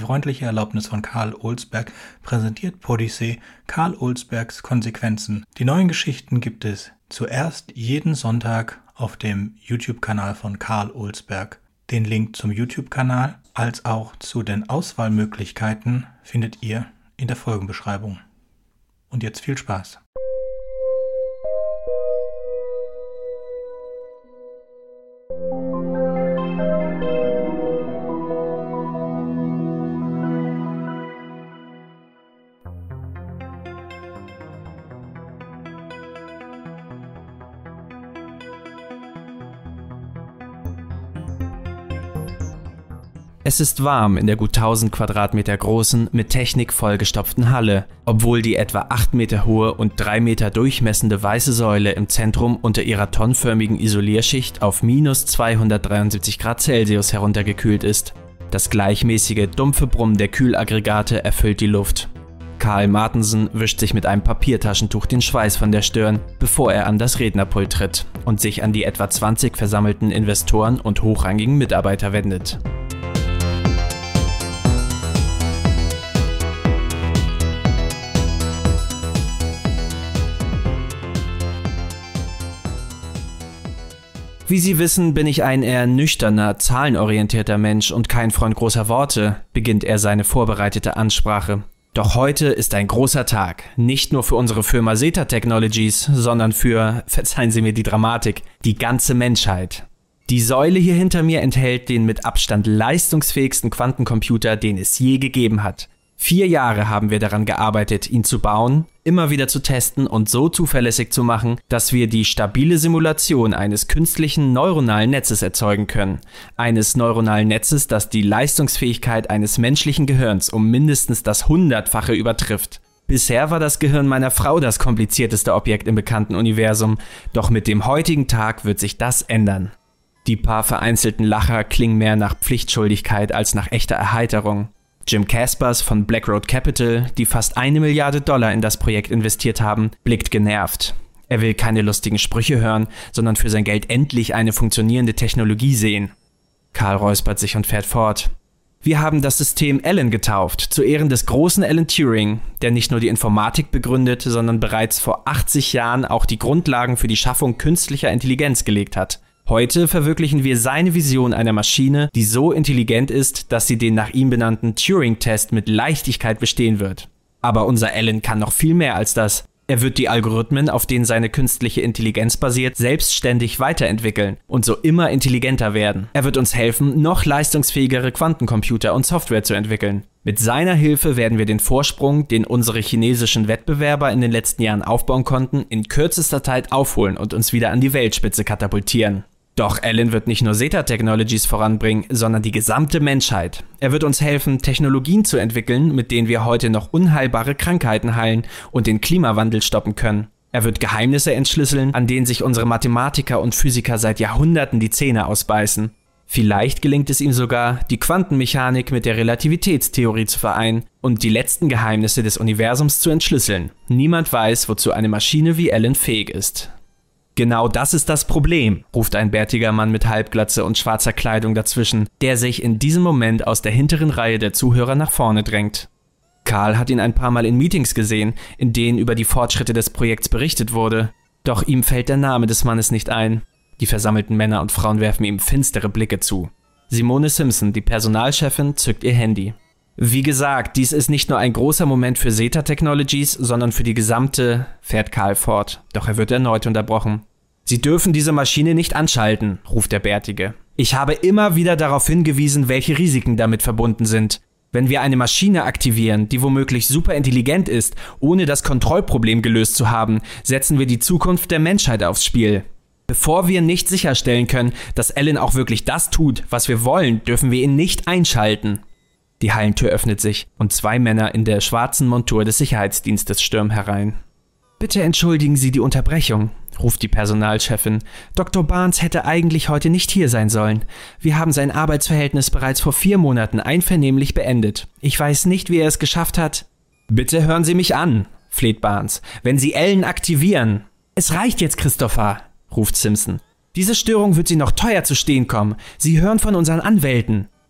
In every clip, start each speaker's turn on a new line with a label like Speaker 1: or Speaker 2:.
Speaker 1: freundliche Erlaubnis von Karl Olsberg präsentiert Podyssey Karl Olsbergs Konsequenzen. Die neuen Geschichten gibt es zuerst jeden Sonntag auf dem YouTube-Kanal von Karl Olsberg. Den Link zum YouTube-Kanal als auch zu den Auswahlmöglichkeiten findet ihr in der Folgenbeschreibung. Und jetzt viel Spaß!
Speaker 2: Es ist warm in der gut 1000 Quadratmeter großen, mit Technik vollgestopften Halle, obwohl die etwa 8 Meter hohe und 3 Meter durchmessende weiße Säule im Zentrum unter ihrer tonnenförmigen Isolierschicht auf minus 273 Grad Celsius heruntergekühlt ist. Das gleichmäßige, dumpfe Brummen der Kühlaggregate erfüllt die Luft. Karl Martensen wischt sich mit einem Papiertaschentuch den Schweiß von der Stirn, bevor er an das Rednerpult tritt und sich an die etwa 20 versammelten Investoren und hochrangigen Mitarbeiter wendet. Wie Sie wissen, bin ich ein eher nüchterner, zahlenorientierter Mensch und kein Freund großer Worte, beginnt er seine vorbereitete Ansprache. Doch heute ist ein großer Tag, nicht nur für unsere Firma Zeta Technologies, sondern für, verzeihen Sie mir die Dramatik, die ganze Menschheit. Die Säule hier hinter mir enthält den mit Abstand leistungsfähigsten Quantencomputer, den es je gegeben hat. 4 Jahre haben wir daran gearbeitet, ihn zu bauen, immer wieder zu testen und so zuverlässig zu machen, dass wir die stabile Simulation eines künstlichen neuronalen Netzes erzeugen können. Eines neuronalen Netzes, das die Leistungsfähigkeit eines menschlichen Gehirns um mindestens das 100-fache übertrifft. Bisher war das Gehirn meiner Frau das komplizierteste Objekt im bekannten Universum, doch mit dem heutigen Tag wird sich das ändern. Die paar vereinzelten Lacher klingen mehr nach Pflichtschuldigkeit als nach echter Erheiterung. Jim Caspers von BlackRock Capital, die fast $1 Milliarde in das Projekt investiert haben, blickt genervt. Er will keine lustigen Sprüche hören, sondern für sein Geld endlich eine funktionierende Technologie sehen. Karl räuspert sich und fährt fort. Wir haben das System Alan getauft, zu Ehren des großen Alan Turing, der nicht nur die Informatik begründet, sondern bereits vor 80 Jahren auch die Grundlagen für die Schaffung künstlicher Intelligenz gelegt hat. Heute verwirklichen wir seine Vision einer Maschine, die so intelligent ist, dass sie den nach ihm benannten Turing-Test mit Leichtigkeit bestehen wird. Aber unser Alan kann noch viel mehr als das. Er wird die Algorithmen, auf denen seine künstliche Intelligenz basiert, selbstständig weiterentwickeln und so immer intelligenter werden. Er wird uns helfen, noch leistungsfähigere Quantencomputer und Software zu entwickeln. Mit seiner Hilfe werden wir den Vorsprung, den unsere chinesischen Wettbewerber in den letzten Jahren aufbauen konnten, in kürzester Zeit aufholen und uns wieder an die Weltspitze katapultieren. Doch Alan wird nicht nur Zeta Technologies voranbringen, sondern die gesamte Menschheit. Er wird uns helfen, Technologien zu entwickeln, mit denen wir heute noch unheilbare Krankheiten heilen und den Klimawandel stoppen können. Er wird Geheimnisse entschlüsseln, an denen sich unsere Mathematiker und Physiker seit Jahrhunderten die Zähne ausbeißen. Vielleicht gelingt es ihm sogar, die Quantenmechanik mit der Relativitätstheorie zu vereinen und die letzten Geheimnisse des Universums zu entschlüsseln. Niemand weiß, wozu eine Maschine wie Alan fähig ist. Genau das ist das Problem, ruft ein bärtiger Mann mit Halbglatze und schwarzer Kleidung dazwischen, der sich in diesem Moment aus der hinteren Reihe der Zuhörer nach vorne drängt. Karl hat ihn ein paar Mal in Meetings gesehen, in denen über die Fortschritte des Projekts berichtet wurde. Doch ihm fällt der Name des Mannes nicht ein. Die versammelten Männer und Frauen werfen ihm finstere Blicke zu. Simone Simpson, die Personalchefin, zückt ihr Handy. Wie gesagt, dies ist nicht nur ein großer Moment für Zeta Technologies, sondern für die gesamte, fährt Karl fort. Doch er wird erneut unterbrochen. Sie dürfen diese Maschine nicht anschalten, ruft der Bärtige. Ich habe immer wieder darauf hingewiesen, welche Risiken damit verbunden sind. Wenn wir eine Maschine aktivieren, die womöglich super intelligent ist, ohne das Kontrollproblem gelöst zu haben, setzen wir die Zukunft der Menschheit aufs Spiel. Bevor wir nicht sicherstellen können, dass Alan auch wirklich das tut, was wir wollen, dürfen wir ihn nicht einschalten. Die Hallentür öffnet sich und 2 Männer in der schwarzen Montur des Sicherheitsdienstes stürmen herein. Bitte entschuldigen Sie die Unterbrechung, ruft die Personalchefin. Dr. Barnes hätte eigentlich heute nicht hier sein sollen. Wir haben sein Arbeitsverhältnis bereits vor 4 Monaten einvernehmlich beendet. Ich weiß nicht, wie er es geschafft hat. Bitte hören Sie mich an, fleht Barnes. Wenn Sie Alan aktivieren. Es reicht jetzt, Christopher, ruft Simpson. Diese Störung wird Sie noch teuer zu stehen kommen. Sie hören von unseren Anwälten.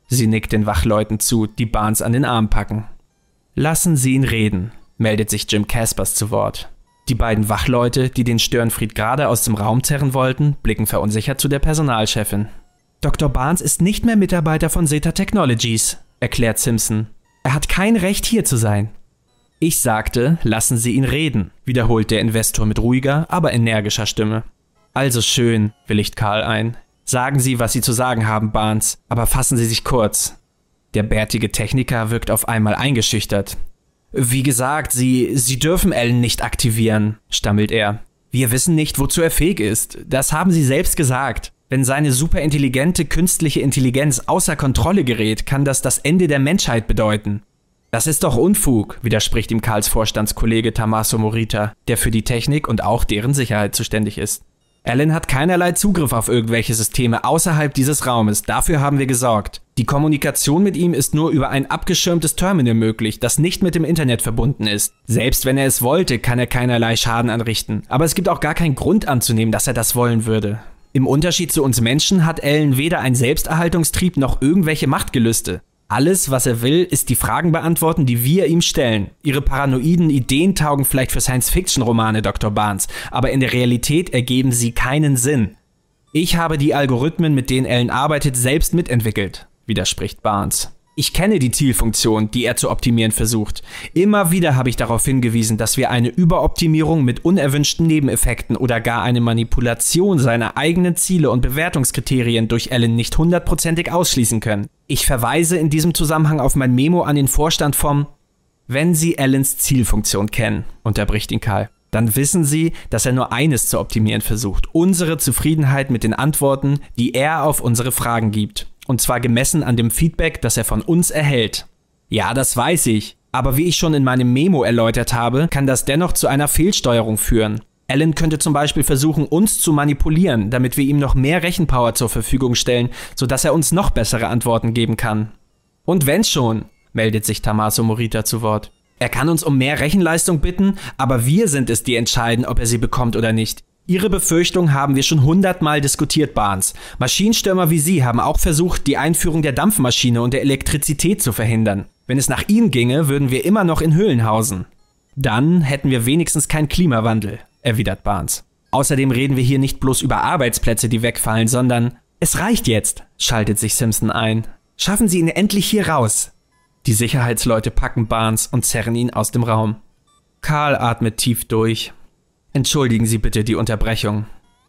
Speaker 2: Sie nickt den Wachleuten zu, die Barnes an den Arm packen. Lassen Sie ihn reden, meldet sich Jim Caspers zu Wort. Die beiden Wachleute, die den Störenfried gerade aus dem Raum zerren wollten, blicken verunsichert zu der Personalchefin. Dr. Barnes ist nicht mehr Mitarbeiter von Zeta Technologies, erklärt Simpson. Er hat kein Recht, hier zu sein. Ich sagte, lassen Sie ihn reden, wiederholt der Investor mit ruhiger, aber energischer Stimme. Also schön, willigt Carl ein. Sagen Sie, was Sie zu sagen haben, Barnes, aber fassen Sie sich kurz. Der bärtige Techniker wirkt auf einmal eingeschüchtert. Wie gesagt, Sie dürfen Alan nicht aktivieren, stammelt er. Wir wissen nicht, wozu er fähig ist. Das haben Sie selbst gesagt. Wenn seine superintelligente künstliche Intelligenz außer Kontrolle gerät, kann das Ende der Menschheit bedeuten. Das ist doch Unfug, widerspricht ihm Carls Vorstandskollege Tommaso Morita, der für die Technik und auch deren Sicherheit zuständig ist. Alan hat keinerlei Zugriff auf irgendwelche Systeme außerhalb dieses Raumes, dafür haben wir gesorgt. Die Kommunikation mit ihm ist nur über ein abgeschirmtes Terminal möglich, das nicht mit dem Internet verbunden ist. Selbst wenn er es wollte, kann er keinerlei Schaden anrichten. Aber es gibt auch gar keinen Grund anzunehmen, dass er das wollen würde. Im Unterschied zu uns Menschen hat Alan weder einen Selbsterhaltungstrieb noch irgendwelche Machtgelüste. Alles, was er will, ist die Fragen beantworten, die wir ihm stellen. Ihre paranoiden Ideen taugen vielleicht für Science-Fiction-Romane, Dr. Barnes, aber in der Realität ergeben sie keinen Sinn. Ich habe die Algorithmen, mit denen Alan arbeitet, selbst mitentwickelt, widerspricht Barnes. Ich kenne die Zielfunktion, die er zu optimieren versucht. Immer wieder habe ich darauf hingewiesen, dass wir eine Überoptimierung mit unerwünschten Nebeneffekten oder gar eine Manipulation seiner eigenen Ziele und Bewertungskriterien durch Alan nicht 100%ig ausschließen können. Ich verweise in diesem Zusammenhang auf mein Memo an den Vorstand vom Wenn Sie Alans Zielfunktion kennen, unterbricht ihn Carl, dann wissen Sie, dass er nur eines zu optimieren versucht: unsere Zufriedenheit mit den Antworten, die er auf unsere Fragen gibt. Und zwar gemessen an dem Feedback, das er von uns erhält. Ja, das weiß ich. Aber wie ich schon in meinem Memo erläutert habe, kann das dennoch zu einer Fehlsteuerung führen. Alan könnte zum Beispiel versuchen, uns zu manipulieren, damit wir ihm noch mehr Rechenpower zur Verfügung stellen, sodass er uns noch bessere Antworten geben kann. Und wenn schon, meldet sich Tommaso Morita zu Wort. Er kann uns um mehr Rechenleistung bitten, aber wir sind es, die entscheiden, ob er sie bekommt oder nicht. Ihre Befürchtung haben wir schon 100-mal diskutiert, Barnes. Maschinenstürmer wie Sie haben auch versucht, die Einführung der Dampfmaschine und der Elektrizität zu verhindern. Wenn es nach Ihnen ginge, würden wir immer noch in Höhlen hausen. Dann hätten wir wenigstens keinen Klimawandel, erwidert Barnes. Außerdem reden wir hier nicht bloß über Arbeitsplätze, die wegfallen, sondern es reicht jetzt, schaltet sich Simpson ein. Schaffen Sie ihn endlich hier raus. Die Sicherheitsleute packen Barnes und zerren ihn aus dem Raum. Carl atmet tief durch. Entschuldigen Sie bitte die Unterbrechung.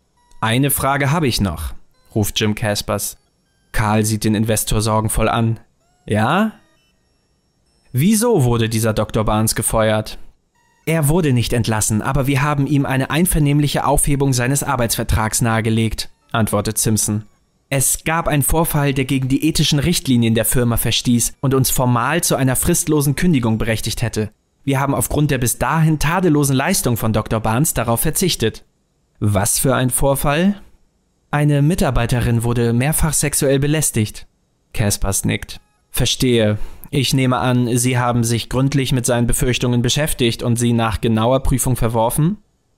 Speaker 2: Eine Frage habe ich noch, ruft Jim Caspers. Carl sieht den Investor sorgenvoll an. Ja? Wieso wurde dieser Dr. Barnes gefeuert? Er wurde nicht entlassen, aber wir haben ihm eine einvernehmliche Aufhebung seines Arbeitsvertrags nahegelegt, antwortet Simpson. Es gab einen Vorfall, der gegen die ethischen Richtlinien der Firma verstieß und uns formal zu einer fristlosen Kündigung berechtigt hätte. Wir haben aufgrund der bis dahin tadellosen Leistung von Dr. Barnes darauf verzichtet. Was für ein Vorfall? Eine Mitarbeiterin wurde mehrfach sexuell belästigt. Caspers nickt. Verstehe. Ich nehme an, Sie haben sich gründlich mit seinen Befürchtungen beschäftigt und sie nach genauer Prüfung verworfen?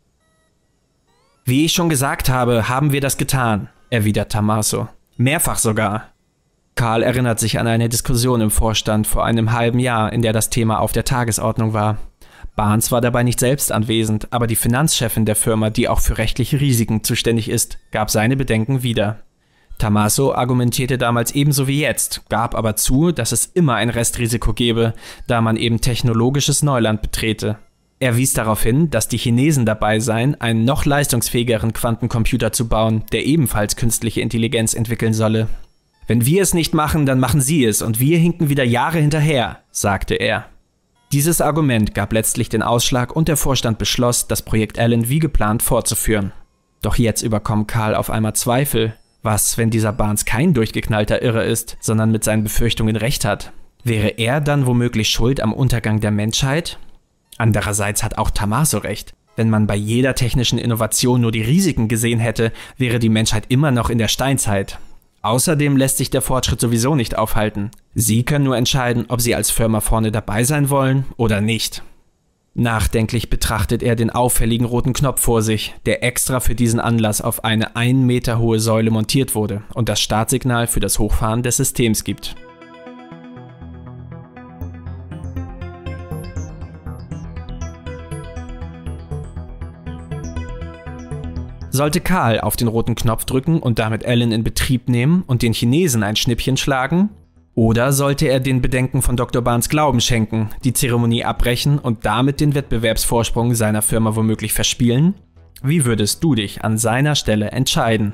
Speaker 2: Wie ich schon gesagt habe, haben wir das getan, erwidert Tommaso. Mehrfach sogar. Carl erinnert sich an eine Diskussion im Vorstand vor einem halben Jahr, in der das Thema auf der Tagesordnung war. Barnes war dabei nicht selbst anwesend, aber die Finanzchefin der Firma, die auch für rechtliche Risiken zuständig ist, gab seine Bedenken wieder. Tommaso argumentierte damals ebenso wie jetzt, gab aber zu, dass es immer ein Restrisiko gebe, da man eben technologisches Neuland betrete. Er wies darauf hin, dass die Chinesen dabei seien, einen noch leistungsfähigeren Quantencomputer zu bauen, der ebenfalls künstliche Intelligenz entwickeln solle. Wenn wir es nicht machen, dann machen sie es und wir hinken wieder Jahre hinterher, sagte er. Dieses Argument gab letztlich den Ausschlag und der Vorstand beschloss, das Projekt Alan wie geplant fortzuführen. Doch jetzt überkommen Carl auf einmal Zweifel. Was, wenn dieser Barnes kein durchgeknallter Irre ist, sondern mit seinen Befürchtungen recht hat? Wäre er dann womöglich schuld am Untergang der Menschheit? Andererseits hat auch Tommaso recht. Wenn man bei jeder technischen Innovation nur die Risiken gesehen hätte, wäre die Menschheit immer noch in der Steinzeit. Außerdem lässt sich der Fortschritt sowieso nicht aufhalten. Sie können nur entscheiden, ob Sie als Firma vorne dabei sein wollen oder nicht. Nachdenklich betrachtet er den auffälligen roten Knopf vor sich, der extra für diesen Anlass auf eine 1 Meter hohe Säule montiert wurde und das Startsignal für das Hochfahren des Systems gibt. Sollte Karl auf den roten Knopf drücken und damit Alan in Betrieb nehmen und den Chinesen ein Schnippchen schlagen? Oder sollte er den Bedenken von Dr. Barnes Glauben schenken, die Zeremonie abbrechen und damit den Wettbewerbsvorsprung seiner Firma womöglich verspielen? Wie würdest du dich an seiner Stelle entscheiden?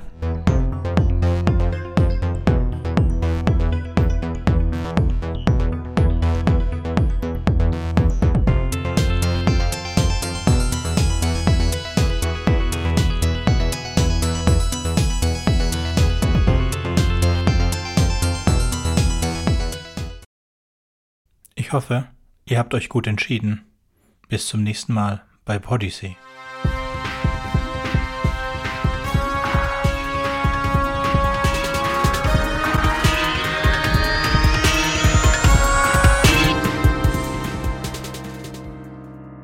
Speaker 1: Ich hoffe, ihr habt euch gut entschieden. Bis zum nächsten Mal bei Podyssey.